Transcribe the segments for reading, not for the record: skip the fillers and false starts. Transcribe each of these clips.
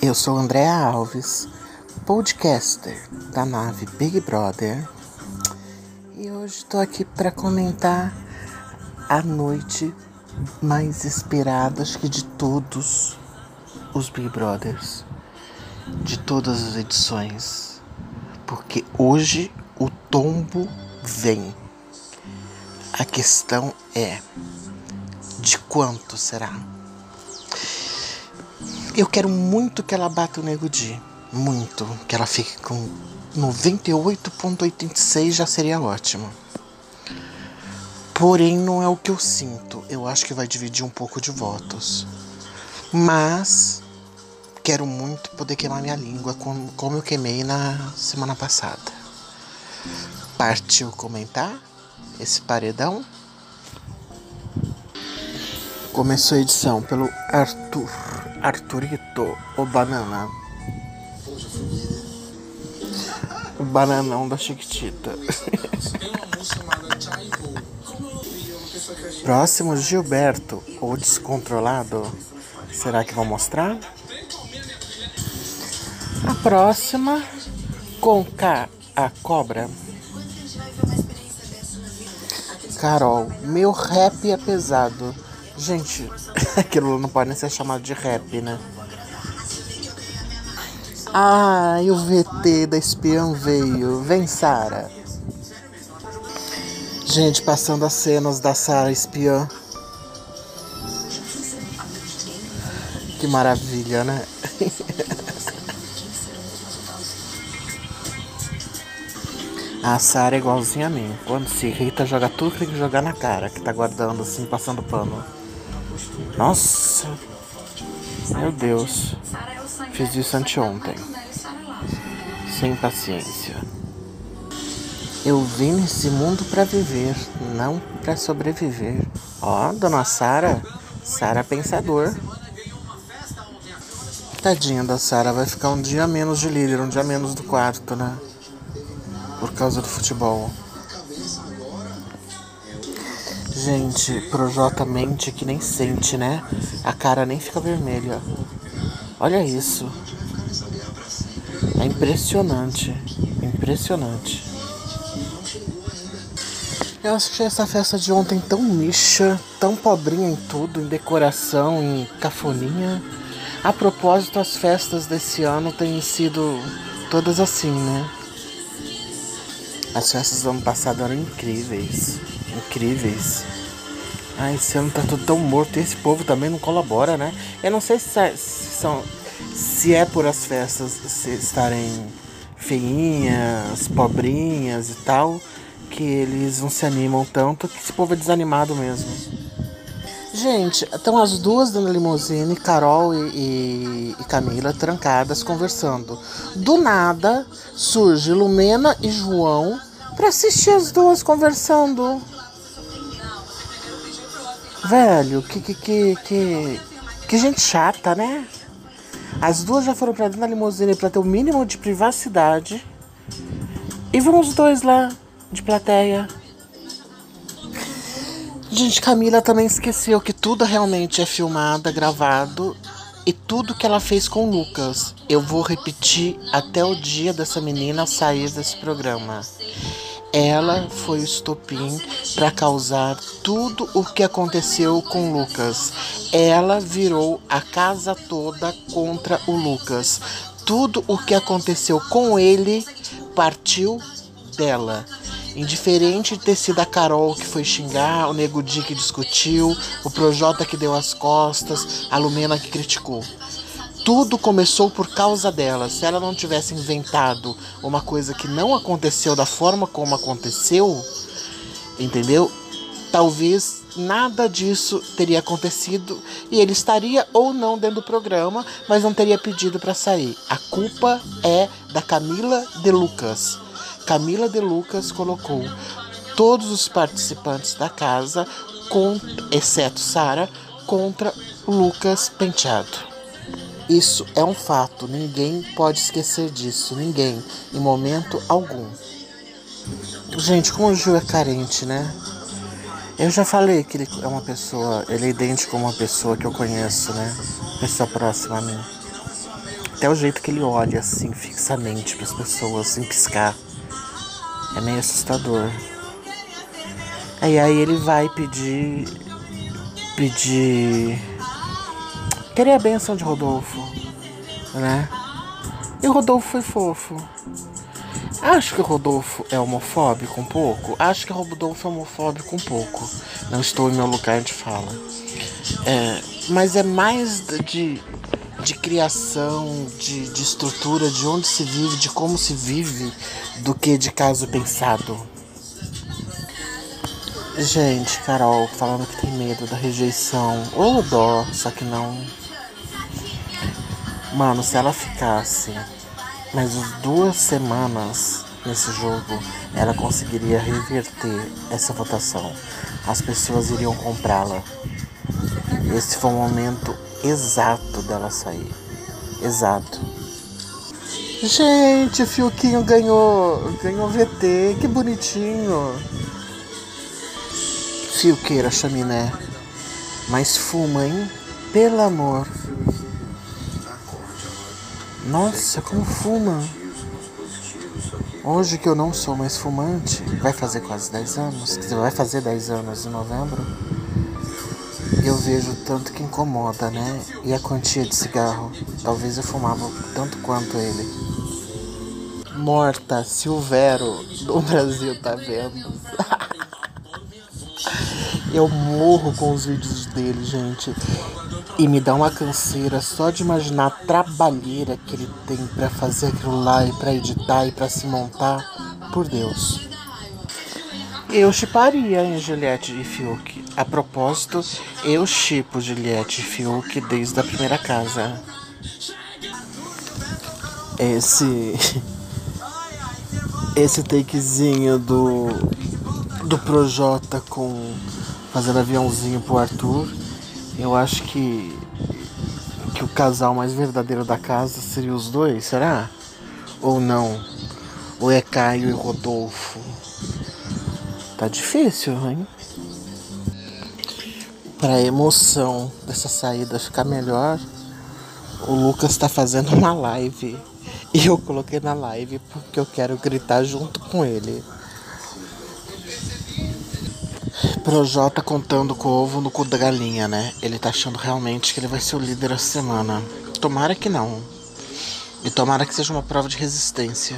Eu sou Andréa Alves, podcaster da nave Big Brother, e hoje estou aqui para comentar a noite mais esperada, acho que de todos os Big Brothers, de todas as edições, porque hoje o tombo vem. A questão é, de quanto será? Eu quero muito que ela bata o Nego Di. Muito. Que ela fique com 98,86 já seria ótimo. Porém, não é o que eu sinto. Eu acho que vai dividir um pouco de votos. Mas quero muito poder queimar minha língua como eu queimei na semana passada. Partiu comentar esse paredão? Começou a edição pelo Arthurito, o banana. O bananão da Chiquitita. Próximo, Gilberto, o descontrolado. Será que vão mostrar? A próxima, com K, a cobra. Carol, meu rap é pesado. Gente, aquilo não pode nem ser chamado de rap, né? E o VT da espiã veio. Vem, Sara. Gente, passando as cenas da Sara espiã. Que maravilha, né? A Sara é igualzinha a mim. Quando se irrita, joga tudo que tem que jogar na cara. Que tá guardando assim, passando pano. Nossa. Meu Deus. Fiz isso anteontem. Sem paciência. Eu vim nesse mundo pra viver, não pra sobreviver. Ó, dona Sara. Sara pensador. Tadinha da Sara, vai ficar um dia menos de líder, um dia menos do quarto, né? Por causa do futebol. Gente, Projota mente que nem sente, né? A cara nem fica vermelha. Olha isso. É impressionante. Impressionante. Eu acho que essa festa de ontem tão mixa, tão pobrinha em tudo, em decoração, em cafoninha. A propósito, as festas desse ano têm sido todas assim, né? As festas do ano passado eram incríveis. Incríveis. Esse ano tá tudo tão morto. E esse povo também não colabora, né? Eu não sei se é por as festas estarem feinhas, pobrinhas e tal, que eles não se animam tanto, que esse povo é desanimado mesmo. Gente, estão as duas dentro da limusine, Carol e Camila, trancadas, conversando. Do nada, surge Lumena e João pra assistir as duas conversando. Velho, que gente chata, né? As duas já foram pra dentro da limusine pra ter o mínimo de privacidade. E vão os dois lá, de plateia. Gente, Camila também esqueceu que tudo realmente é filmado, é gravado. E tudo que ela fez com o Lucas. Eu vou repetir até o dia dessa menina sair desse programa. Ela foi o estopim para causar tudo o que aconteceu com o Lucas. Ela virou a casa toda contra o Lucas. Tudo o que aconteceu com ele partiu dela. Indiferente de ter sido a Carol que foi xingar, o Nego Di que discutiu, o Projota que deu as costas, a Lumena que criticou. Tudo começou por causa dela. Se ela não tivesse inventado uma coisa que não aconteceu da forma como aconteceu, entendeu? Talvez nada disso teria acontecido e ele estaria ou não dentro do programa, mas não teria pedido para sair. A culpa é da Camila de Lucas. Camila de Lucas colocou todos os participantes da casa, exceto Sara, contra Lucas Penteado. Isso é um fato, ninguém pode esquecer disso, ninguém, em momento algum. Gente, como o Gil é carente, né? Eu já falei que ele é uma pessoa, ele é idêntico a uma pessoa que eu conheço, né? Pessoa próxima a mim. Até o jeito que ele olha, assim, fixamente pras pessoas, sem piscar. É meio assustador. Aí ele vai querer a bênção de Rodolfo, né? E o Rodolfo foi fofo. Acho que o Rodolfo é homofóbico um pouco. Acho que o Rodolfo é homofóbico um pouco. Não estou em meu lugar de fala. Mas é mais de criação, de estrutura, de onde se vive, de como se vive, do que de caso pensado. Gente, Carol falando que tem medo da rejeição ou dó, só que não. Mano, se ela ficasse mais 2 semanas nesse jogo, ela conseguiria reverter essa votação. As pessoas iriam comprá-la. Esse foi o momento exato dela sair. Exato. Gente, o Fiuquinho ganhou VT, que bonitinho. Fiuqueira chaminé. Mas fuma, hein? Pelo amor. Nossa, como fuma. Hoje que eu não sou mais fumante, vai fazer quase 10 anos, quer dizer, vai fazer 10 anos em novembro, eu vejo tanto que incomoda, né? E a quantia de cigarro, talvez eu fumava tanto quanto ele. Morta, Silvero, do Brasil, tá vendo? Eu morro com os vídeos dele, gente. E me dá uma canseira só de imaginar a trabalheira que ele tem pra fazer aquilo lá e pra editar e pra se montar. Por Deus. Eu shipparia em Juliette e Fiuk. A propósito, eu shippo Juliette e Fiuk desde a primeira casa. Esse takezinho do Projota fazendo aviãozinho pro Arthur. Eu acho que o casal mais verdadeiro da casa seria os dois, será? Ou não? Ou é Caio e Rodolfo? Tá difícil, hein? Pra emoção dessa saída ficar melhor, o Lucas tá fazendo uma live. E eu coloquei na live porque eu quero gritar junto com ele. Projota contando com o ovo no cu da galinha, né? Ele tá achando realmente que ele vai ser o líder essa semana. Tomara que não. E tomara que seja uma prova de resistência.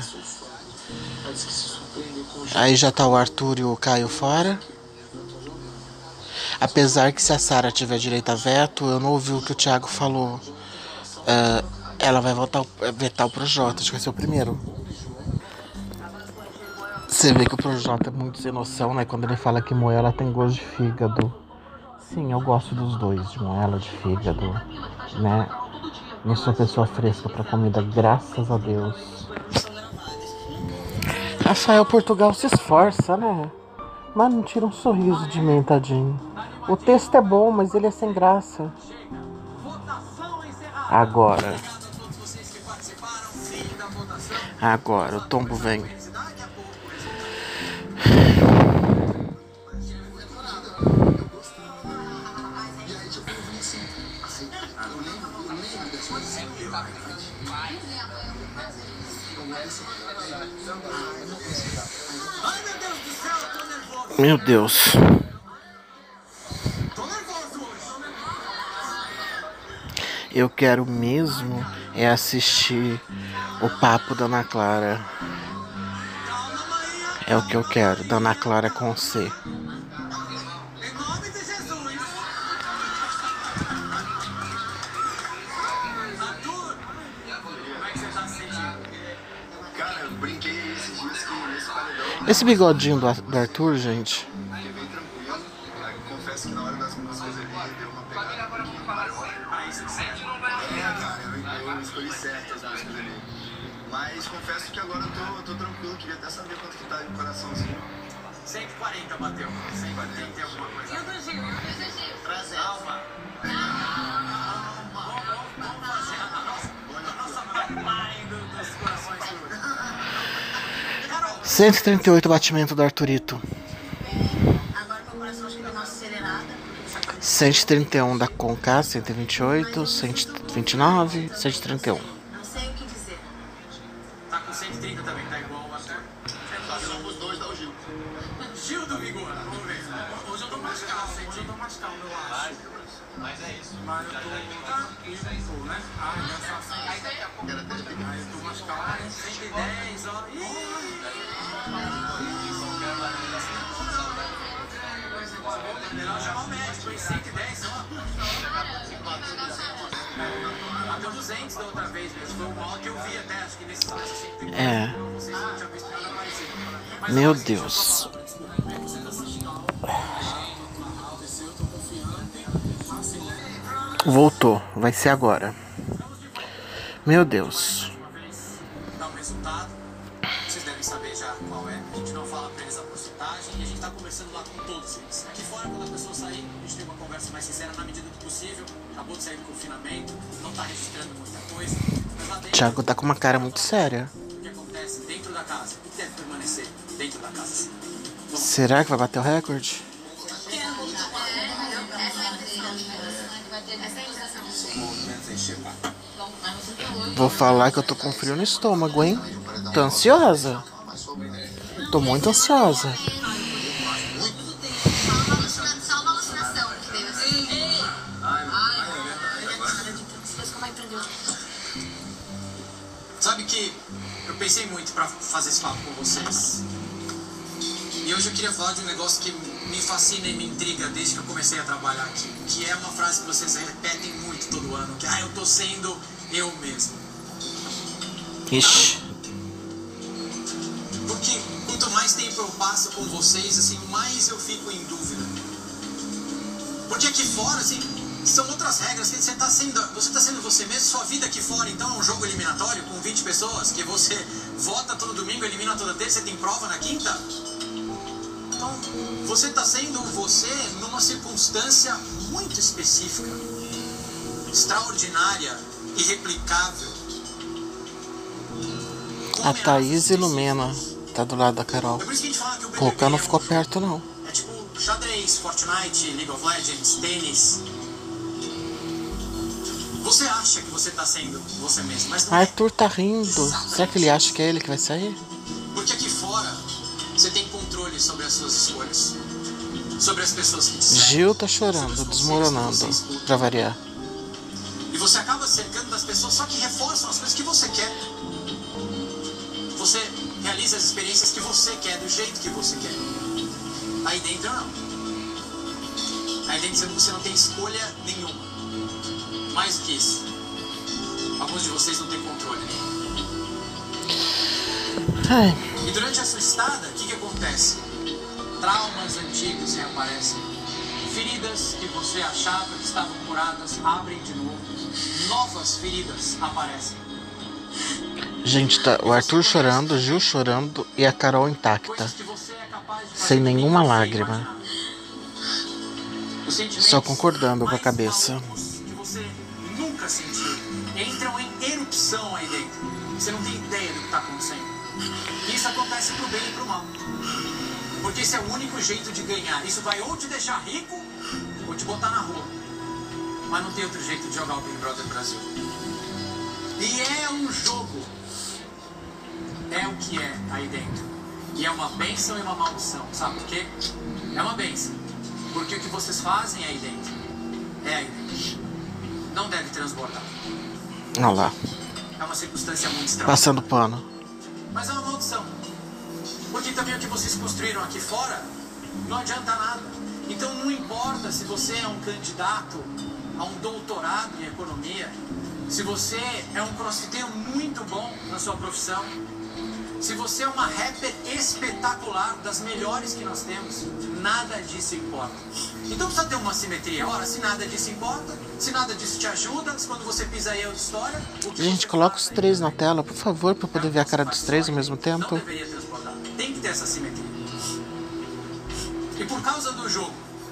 Aí já tá o Arthur e o Caio fora. Apesar que se a Sara tiver direito a veto, eu não ouvi o que o Thiago falou. Ela vai vetar o Projota, acho que vai ser o primeiro. Você vê que o Projota é muito sem noção, né? Quando ele fala que moela tem gosto de fígado. Sim, eu gosto dos dois, de moela, de fígado, né? Não sou pessoa fresca pra comida, graças a Deus. Rafael Portugal se esforça, né? Mas não tira um sorriso de mim, tadinho. O texto é bom, mas ele é sem graça. Agora, o tombo vem. Meu Deus. Eu quero mesmo é assistir o papo da Ana Clara. É o que eu quero, da Ana Clara com C. Esse bigodinho do Arthur, gente. Confesso que na hora das músicas ele deu uma pegada. Eu escolhi certo as músicas ali. Mas confesso que agora eu tô tranquilo, queria até saber quanto que tá aí no coraçãozinho. 140 bateu. 140 tem alguma coisa. E o do Gil? Prazer. Alma. Vamos fazer a nossa mãe dos corações. 138 batimento do Arthurito. Agora meu coração acho que deu uma acelerada. 131 da Conca, 128, 129, 131. Não sei Mas eu tô tranquilo, né? Aí daqui a pouco aí eu tô mais calmo, 110, ó. Melhor chamar o médico, hein? 110, ó. Até 200 da outra vez mesmo. Foi o mal que eu vi até, acho que nesse site. É. Vocês não tinham visto nada parecido. Meu Deus. Voltou, vai ser agora. Meu Deus. Dá um resultado. Vocês devem saber já qual é. A gente não fala pra eles a porcentagem e a gente tá conversando lá com todos eles. Aqui fora, quando a pessoa sair, a gente tem uma conversa mais sincera na medida do possível. Acabou de sair do confinamento, não tá registrando muita coisa. Mas lá dentro, Thiago tá com uma cara muito séria. o que acontece dentro da casa? O que deve permanecer dentro da casa? Será que vai bater o recorde? Vou falar que eu tô com frio no estômago, hein? Tô ansiosa. Tô muito ansiosa. Sabe que eu pensei muito pra fazer esse papo com vocês. E hoje eu queria falar de um negócio que me fascina e me intriga desde que eu comecei a trabalhar aqui. Que é uma frase que vocês repetem muito todo ano. Que eu tô sendo eu mesmo. Ixi. Porque quanto mais tempo eu passo com vocês, assim, mais eu fico em dúvida. Porque aqui fora, assim, são outras regras que você tá sendo você mesmo. Sua vida aqui fora, então, é um jogo eliminatório com 20 pessoas, que você vota todo domingo, elimina toda terça, você tem prova na quinta. Então, você tá sendo você numa circunstância muito específica, extraordinária, irreplicável. A Thaís ilumina. Tá do lado da Carol. É por isso que a gente fala que o Pô, o cara não ficou BBB é um perto, não. jogo. É tipo xadrez, Fortnite, League of Legends, tênis. Você acha que você tá sendo você mesmo, mas não é. Arthur tá rindo. Será que ele acha que é ele que vai sair? Porque aqui fora, você tem controle sobre as suas escolhas. Sobre as pessoas que te seguem. Gil tá chorando, desmoronando. Pra variar. E você acaba cercando das pessoas só que reforçam as coisas que você quer. Você realiza as experiências que você quer, do jeito que você quer. Aí dentro não. Aí dentro você não tem escolha nenhuma. Mais do que isso, alguns de vocês não têm controle nenhum. Ai, E durante a sua estada, o que acontece? Traumas antigos reaparecem. Feridas que você achava que estavam curadas abrem de novo. Novas feridas aparecem. gente, tá o Arthur chorando, o Gil chorando e a Carol intacta. Coisas que você é capaz de Sem fazer nenhuma sem você lágrima. imaginar. Os sentimentos Só concordando com a mais cabeça. malucos que você nunca sentiu entram em erupção aí dentro. Você não tem ideia do que está acontecendo. E isso acontece pro bem e pro mal. Porque esse é o único jeito de ganhar. Isso vai ou te deixar rico ou te botar na rua. Mas não tem outro jeito de jogar o Big Brother Brasil. E é um jogo. É o que é aí dentro. E é uma bênção e uma maldição. Sabe por quê? É uma bênção. Porque o que vocês fazem aí dentro é aí dentro. Não deve transbordar. Olha lá, É uma circunstância muito estranha. passando pano. Mas é uma maldição. Porque também o que vocês construíram aqui fora não adianta nada. Então não importa se você é um candidato a um doutorado em economia, se você é um crossfiteiro muito bom na sua profissão, se você é uma rapper espetacular, das melhores que nós temos, nada disso importa. Então precisa ter uma simetria. Ora, se nada disso importa, se nada disso te ajuda, se quando você pisa aí é outra história... Gente, coloca os três na tela, por favor, pra eu poder ver a cara dos três ao mesmo Não tempo. deveria transbordar. Tem que ter essa simetria. E por causa do jogo,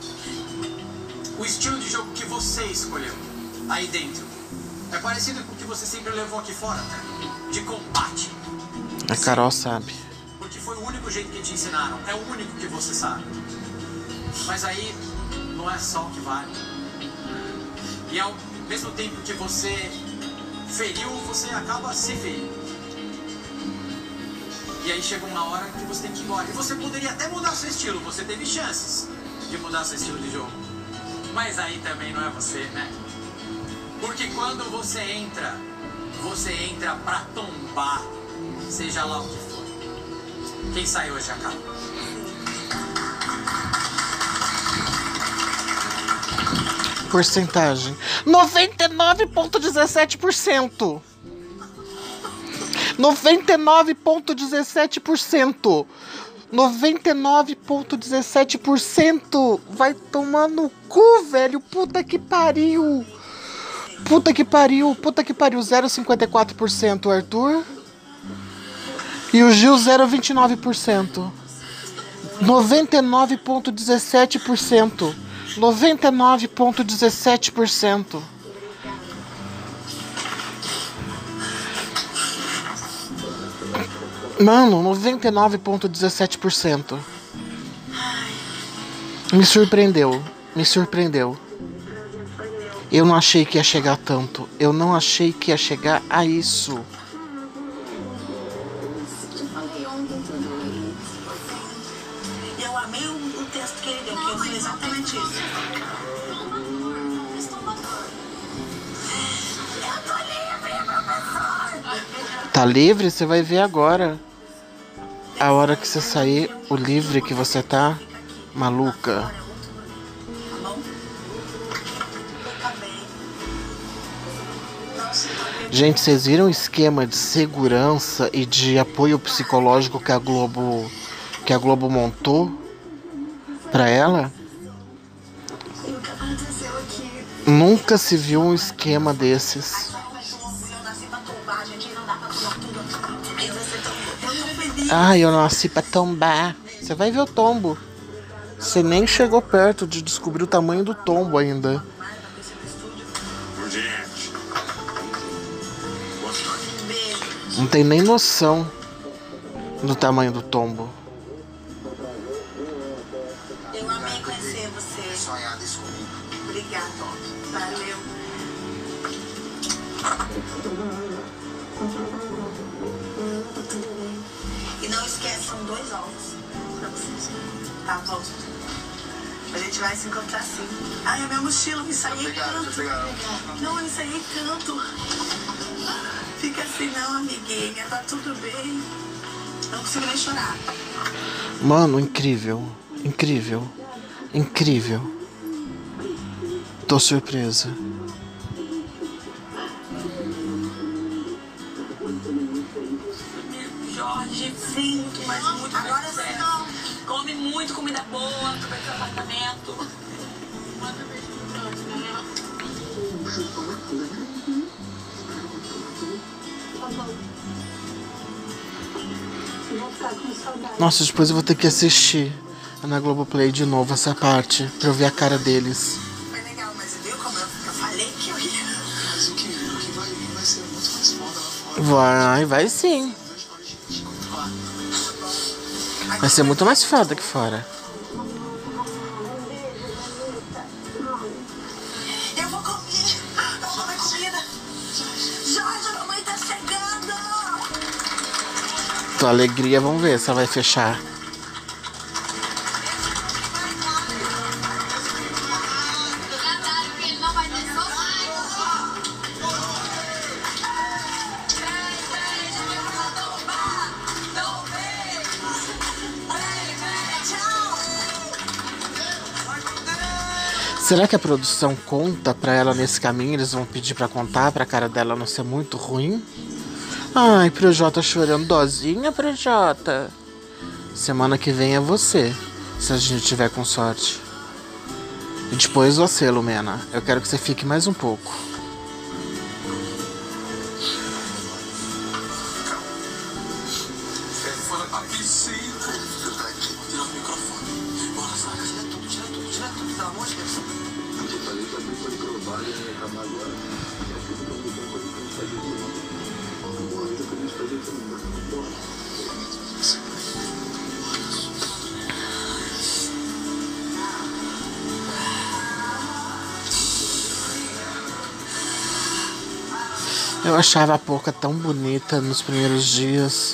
o estilo de jogo que você escolheu aí dentro é parecido com o que você sempre levou aqui fora, até, de combate. A Carol sabe. Porque foi o único jeito que te ensinaram, é o único que você sabe. Mas aí não é só o que vale. E ao mesmo tempo que você feriu, você acaba se ferindo. E aí chega uma hora que você tem que ir embora. E você poderia até mudar seu estilo, você teve chances de mudar seu estilo de jogo. Mas aí também não é você, né? Porque quando você entra pra tombar, seja lá o que for. Quem saiu hoje acaba. Porcentagem: 99,17%. 99,17%. 99,17%. Vai tomar no cu, velho. Puta que pariu. Puta que pariu. 0,54% Arthur. E o Gil 0,29%. 99,17%. 99,17%. Mano, 99,17%. Me surpreendeu. Eu não achei que ia chegar tanto. Eu não achei que ia chegar a isso. Eu amei o texto que ele deu, que eu fiz exatamente isso. Eu tô livre, professor! Tá livre? Você vai ver agora. A hora que você sair, o livre que você tá, maluca. Gente, vocês viram o esquema de segurança e de apoio psicológico que a Globo montou pra ela? Nunca se viu um esquema desses. Ai, eu nasci pra tombar. Você vai ver o tombo. Você nem chegou perto de descobrir o tamanho do tombo ainda. Não tem nem noção do tamanho do tombo. Eu amei conhecer você. Obrigada. Valeu. E não esquece, são 2 ovos pra vocês. Tá bom. A gente vai se encontrar sim. Ai, a minha mochila, eu ensaiei tanto. Não, eu ensaiei tanto. Fica assim não, amiguinha. Tá tudo bem. Não consigo nem chorar. Mano, incrível. Tô surpresa. Jorge, sim, muito mais. Agora sim, não. Come muito comida boa, aproveita o apartamento. Manda beijo no canto, né? Nossa, depois eu vou ter que assistir na Globoplay de novo essa parte pra eu ver a cara deles. Foi legal, mas viu como eu falei que eu ia? Mas o que vai ser muito mais foda lá fora. Vai sim. Vai ser muito mais foda aqui fora. Eu vou comer comida. Jorge, a mamãe tá chegando. Tua alegria, vamos ver se ela vai fechar. Será que a produção conta pra ela nesse caminho? Eles vão pedir pra contar, pra cara dela não ser muito ruim? Ai, Projota chorando. Dozinha, Projota. Semana que vem é você, se a gente tiver com sorte. E depois você, Lumena. Eu quero que você fique mais um pouco. Eu achava a Poca tão bonita nos primeiros dias.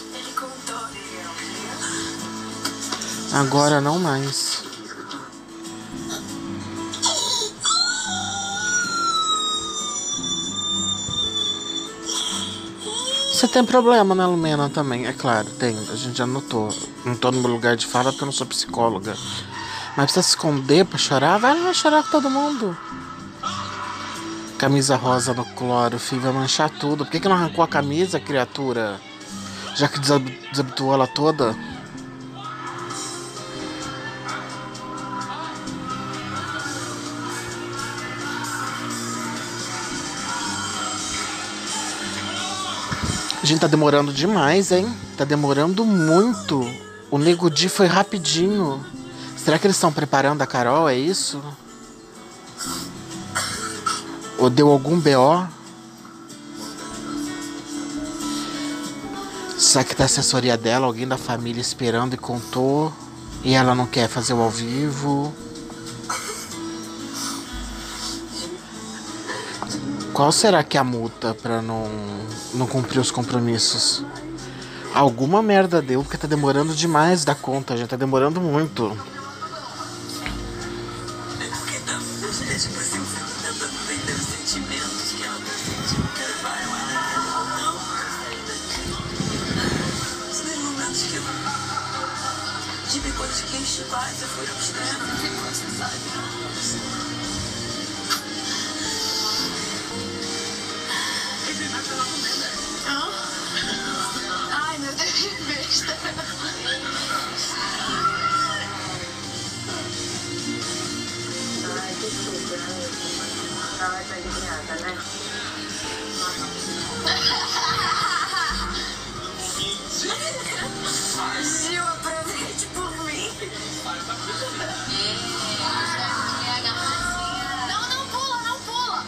Agora não mais. Você tem problema, né, Lumena, também? É claro, tem. A gente já notou. Não tô no meu lugar de fala porque eu não sou psicóloga. Mas precisa se esconder pra chorar? Vai chorar com todo mundo. Camisa rosa no cloro, filho, vai manchar tudo. Por que não arrancou a camisa, criatura? Já que desabituou ela toda. A gente tá demorando demais, hein? Tá demorando muito. O Nego Di foi rapidinho. Será que eles estão preparando a Carol? É isso? Ou deu algum BO? Será que tá a assessoria dela, alguém da família esperando e contou? E ela não quer fazer o ao vivo? Qual será que é a multa pra não cumprir os compromissos? Alguma merda deu, porque tá demorando demais da conta, já tá demorando muito. Tive coisas que enche quase, eu fui ao extremo, você sabe. Ai, meu Deus, que besta. Ai, que suja, né? Ela tá indignada, né? Gil, aproveite por mim. Não, não pula, não pula.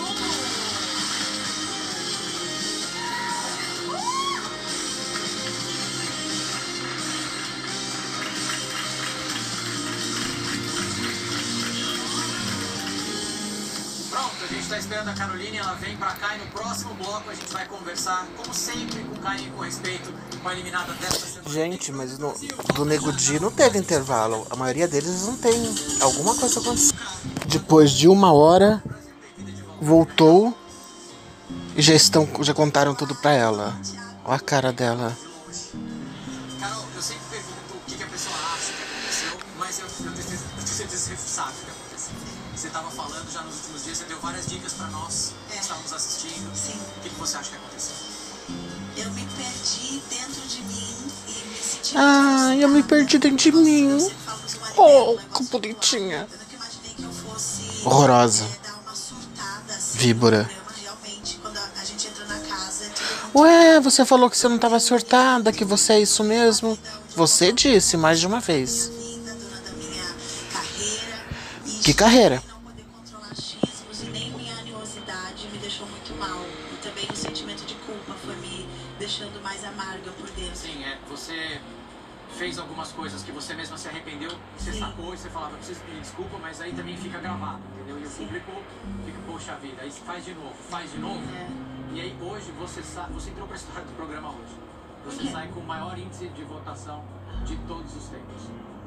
Pronto, a gente tá esperando a Caroline, ela vem pra cá e no próximo bloco a gente vai conversar, como sempre, com carinho e com respeito, com a eliminada desta semana. Gente, mas do Nego Di não teve intervalo. A maioria deles não tem. Alguma coisa aconteceu. Depois de 1 hora, voltou e já contaram tudo pra ela. Olha a cara dela. Carol, eu sempre pergunto o que a pessoa acha que aconteceu, mas eu tenho certeza que você sabe o que aconteceu. Você estava falando já nos últimos dias, você deu várias dicas pra nós que estávamos assistindo. Sim. O que você acha que aconteceu? Eu me perdi dentro de mim e me senti... Ai, eu me perdi dentro de mim. Oh, que bonitinha. Eu nunca imaginei que eu fosse... Horrorosa. dar uma surtada assim, Víbora. no programa, realmente, quando a gente entra na casa, é tudo... Ué, você falou que você não tava surtada, que você é isso mesmo. Você disse mais de uma vez. linda, dona da minha carreira. E Que carreira? não poder controlar achismos e nem minha animosidade me deixou muito mal. E também o sentimento de culpa foi me deixando mais amarga por dentro. Sim, você fez algumas coisas que você mesma se arrependeu, você Sim. sacou e você falava, preciso pedir desculpa, mas aí também fica gravado, entendeu? E o Sim. público fica, poxa vida, aí faz de novo. E aí hoje você entrou pra história do programa hoje. Você quê? sai com o maior índice de votação de todos os tempos.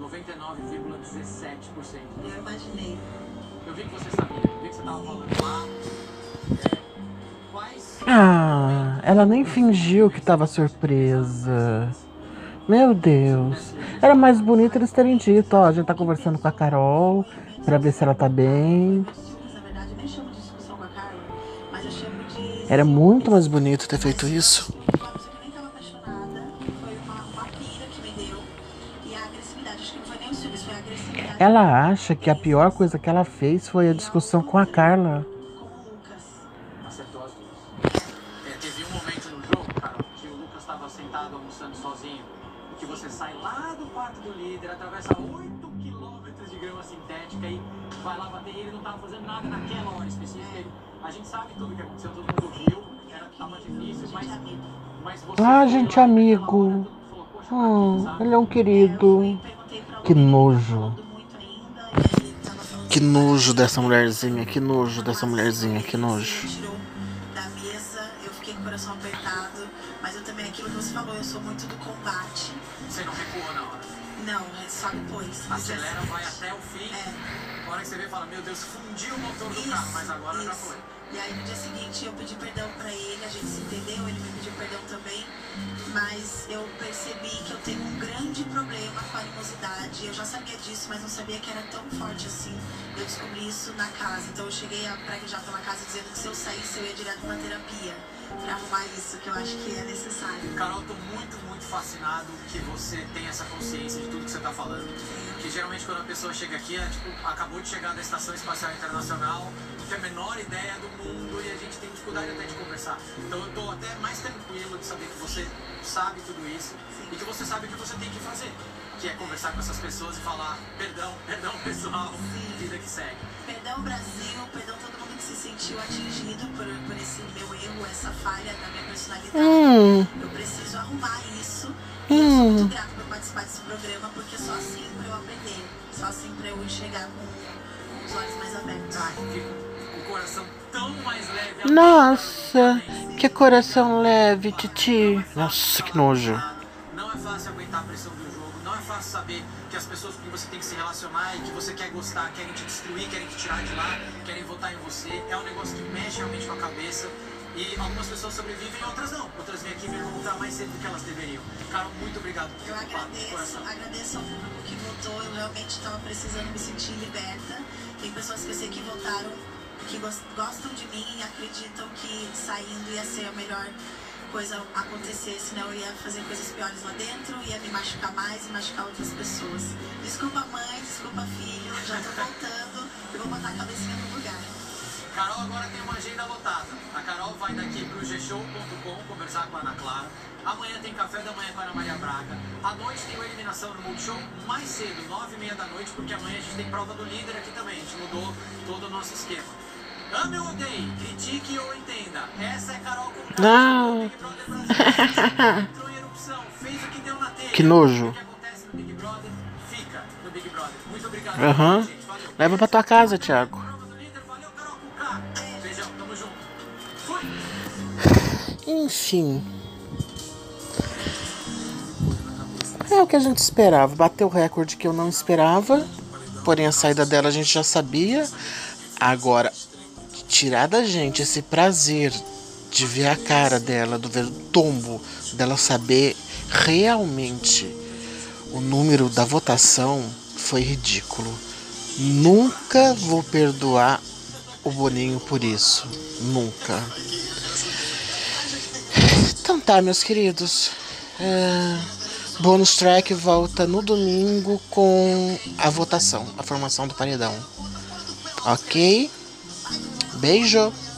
99,17%. Eu imaginei. Eu vi que você sabia, eu vi que você tava falando lá. Quais... Ah, ela nem fingiu que tava surpresa. Meu Deus. Era mais bonito eles terem dito, ó, a gente tá conversando com a Carol pra ver se ela tá bem. Na verdade, eu nem chamo de discussão com a Carla, mas eu chamo de... Era muito mais bonito ter feito isso. Uma pessoa que eu nem tava apaixonada, foi uma pira que me deu. E a agressividade, acho que não foi nem o ciúmes, foi a agressividade Ela acha que a pior coisa que ela fez foi a discussão com a Carla. com o Lucas. Acertou as duas. Teve um momento no jogo, cara, que o Lucas estava sentado almoçando sozinho, e que você sai lá do quarto do líder, atravessa 8 quilômetros de grama sintética e vai lá bater, e ele não estava fazendo nada naquela hora específica. A gente sabe tudo o que aconteceu, todo mundo viu, tava difícil, mas você... Ah, gente, amigo. falou, poxa, sabe? Ele é um querido. Perguntei pra Que Lu, nojo. falando muito ainda, e ele tava falando Que nojo dessa mulherzinha, que nojo dessa mulherzinha, que nojo. tirou da mesa, eu fiquei com o coração apertado, mas eu também, aquilo que você falou, eu sou muito do combate. Você não recuou na hora. Não, é só depois. Acelera, vai até o fim. A hora que você vê, fala, meu Deus, fundiu o motor do carro, mas agora já foi. E aí no dia seguinte eu pedi perdão pra ele, a gente se entendeu, ele me pediu perdão também. Mas eu percebi que eu tenho um grande problema com a animosidade. Eu já sabia disso, mas não sabia que era tão forte assim. Eu descobri isso na casa. Então eu cheguei a praguejar pela casa dizendo que se eu saísse eu ia direto pra terapia. Pra arrumar isso, que eu acho que é necessário. Carol, eu tô muito fascinado que você tem essa consciência de tudo que você tá falando. Que geralmente quando a pessoa chega aqui, acabou de chegar da Estação Espacial Internacional, não tem a menor ideia do mundo e a gente tem dificuldade até de conversar. Então eu tô até mais tranquilo de saber que você sabe tudo isso e que você sabe o que você tem que fazer. Que é conversar com essas pessoas e falar perdão pessoal, vida que segue. Perdão Brasil, perdão todo mundo que se sentiu atingido por esse meu erro, essa falha da minha personalidade. Eu preciso arrumar isso. E eu sou muito grata por participar desse programa, porque só assim pra eu aprender, só assim pra eu enxergar com os olhos mais abertos. Ai, fico com o coração tão mais leve. Nossa, que coração leve, Titi. Nossa, que nojo. Não é fácil aguentar a pressão do jogo, não é fácil saber que as pessoas com que você tem que se relacionar e que você quer gostar, querem te destruir, querem te tirar de lá, querem votar em você. É um negócio que mexe realmente com a cabeça. E algumas pessoas sobrevivem, outras não. Outras vêm aqui e vêm voltar mais cedo do que elas deveriam. Carol, muito obrigado por Eu ter participado, de coração. agradeço ao público que votou. Eu realmente estava precisando me sentir liberta. Tem pessoas que eu sei que votaram, que gostam de mim e acreditam que saindo ia ser a melhor coisa acontecer, senão eu ia fazer coisas piores lá dentro, ia me machucar mais e machucar outras pessoas. Desculpa mãe, desculpa filho, já tô voltando e vou botar a cabecinha no lugar. Carol agora tem uma agenda lotada. A Carol vai daqui pro gshow.com conversar com a Ana Clara. Amanhã tem café da manhã com a Ana Maria Braga. À noite tem uma eliminação no Multishow mais cedo, 9h30 da noite, porque amanhã a gente tem prova do líder aqui também. A gente mudou todo o nosso esquema. Ame ou odeie, critique ou entenda. Essa é Carol com Não. Big Brother Brasil. Entrou em erupção, fez o que deu na telha. Que nojo. O que acontece no Big Brother, fica no Big Brother. Muito obrigado, gente. Valeu. Leva pra tua casa, Thiago. Prova do líder, valeu, Carol com K. Beijão, tamo junto. Fui. Enfim. É o que a gente esperava. Bateu o recorde que eu não esperava. Porém, a saída dela a gente já sabia. Agora, tirar da gente esse prazer de ver a cara dela, do ver o tombo, dela saber realmente o número da votação, foi ridículo. Nunca vou perdoar o Boninho por isso. Nunca. Então tá, meus queridos. Bônus track volta no domingo com a votação, a formação do paredão. Ok? Beijo!